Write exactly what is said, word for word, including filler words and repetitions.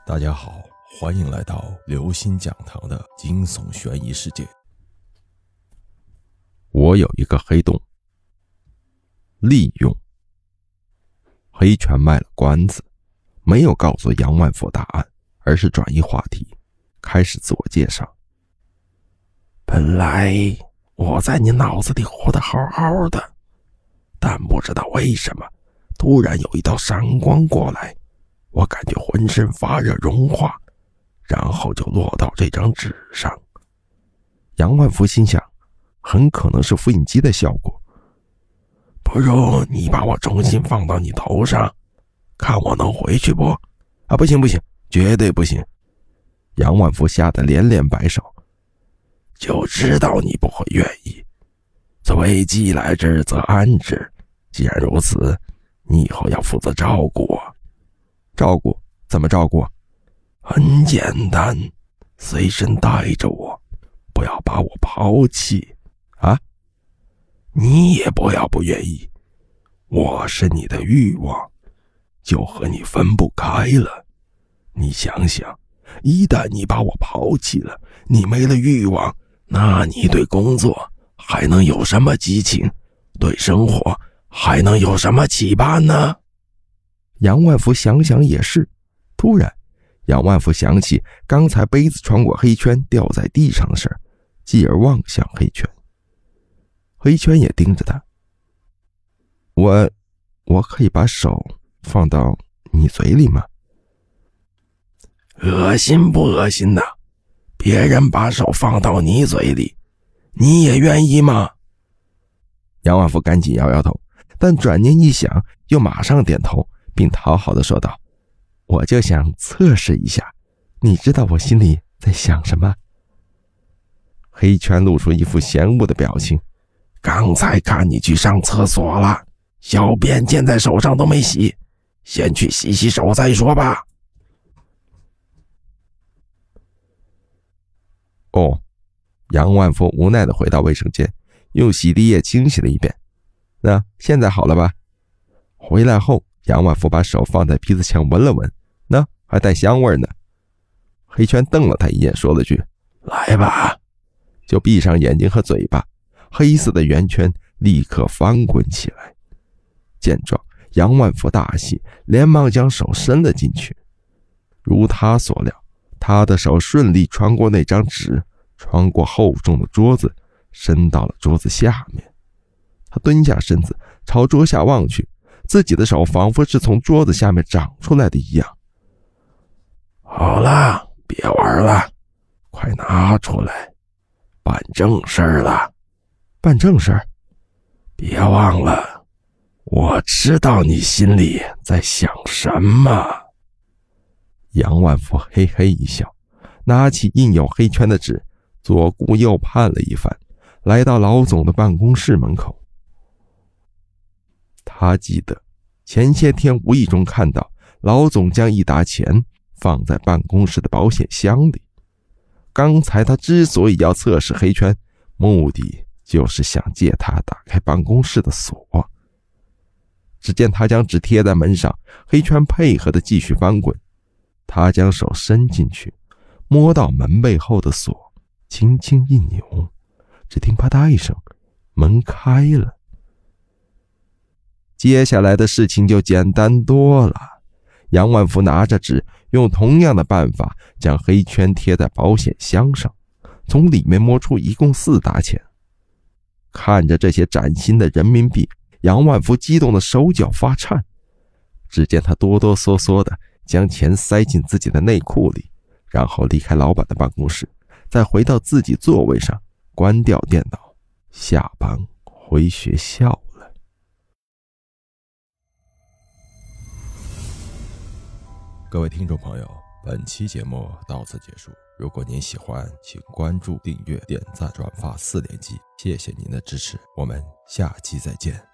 大家好，欢迎来到刘星讲堂的惊悚悬疑世界。我有一个黑洞。利用。黑犬卖了关子，没有告诉杨万福答案，而是转移话题，开始自我介绍。 本来我在你脑子里活得好好的，但不知道为什么突然有一道闪光过来，我感觉浑身发热融化，然后就落到这张纸上。 杨万福心想，很可能是复印机的效果。 不如你把我重新放到你头上，看我能回去不？ 啊，不行不行，绝对不行！杨万福吓得连连摆手。 就知道你不会愿意。虽既来之则安之，既然如此，你以后要负责照顾我。 照顾？怎么照顾？ 很简单，随身带着我，不要把我抛弃。 啊？ 你也不要不愿意，我是你的欲望，就和你分不开了。你想想，一旦你把我抛弃了，你没了欲望，那你对工作还能有什么激情？对生活还能有什么期盼呢？ 杨万福想想也是，突然杨万福想起刚才杯子穿过黑圈掉在地上的事儿，继而望向黑圈。黑圈也盯着他。我我可以把手放到你嘴里吗？ 恶心不恶心呢？别人把手放到你嘴里，你也愿意吗？ 杨万福赶紧摇摇头，但转念一想，又马上点头，并讨好的说道：我就想测试一下，你知道我心里在想什么？黑圈露出一副嫌恶的表情。 刚才看你去上厕所了，小便溅在手上都没洗，先去洗洗手再说吧。 哦，杨万福无奈地回到卫生间，用洗涤液清洗了一遍。那现在好了吧？回来后，杨万福把手放在鼻子前闻了闻，那还带香味呢。黑圈瞪了他一眼，说了句： 来吧。 就闭上眼睛和嘴巴，黑色的圆圈立刻翻滚起来。见状，杨万福大喜，连忙将手伸了进去。如他所料，他的手顺利穿过那张纸，穿过厚重的桌子，伸到了桌子下面。他蹲下身子，朝桌下望去，自己的手仿佛是从桌子下面长出来的一样。 好了，别玩了，快拿出来，办正事了。 办正事？ 别忘了，我知道你心里在想什么。 杨万福嘿嘿一笑，拿起印有黑圈的纸，左顾右盼了一番，来到老总的办公室门口。他记得前些天无意中看到老总将一沓钱放在办公室的保险箱里。刚才他之所以要测试黑圈，目的就是想借他打开办公室的锁。只见他将纸贴在门上，黑圈配合的继续翻滚。他将手伸进去，摸到门背后的锁，轻轻一扭，只听啪嗒一声，门开了。接下来的事情就简单多了。杨万福拿着纸，用同样的办法将黑圈贴在保险箱上，从里面摸出一共四沓钱。看着这些崭新的人民币，杨万福激动的手脚发颤。只见他哆哆嗦嗦的将钱塞进自己的内裤里，然后离开老板的办公室，再回到自己座位上，关掉电脑，下班回学校了。各位听众朋友，本期节目到此结束。如果您喜欢，请关注、订阅、点赞、转发四连击，谢谢您的支持，我们下期再见。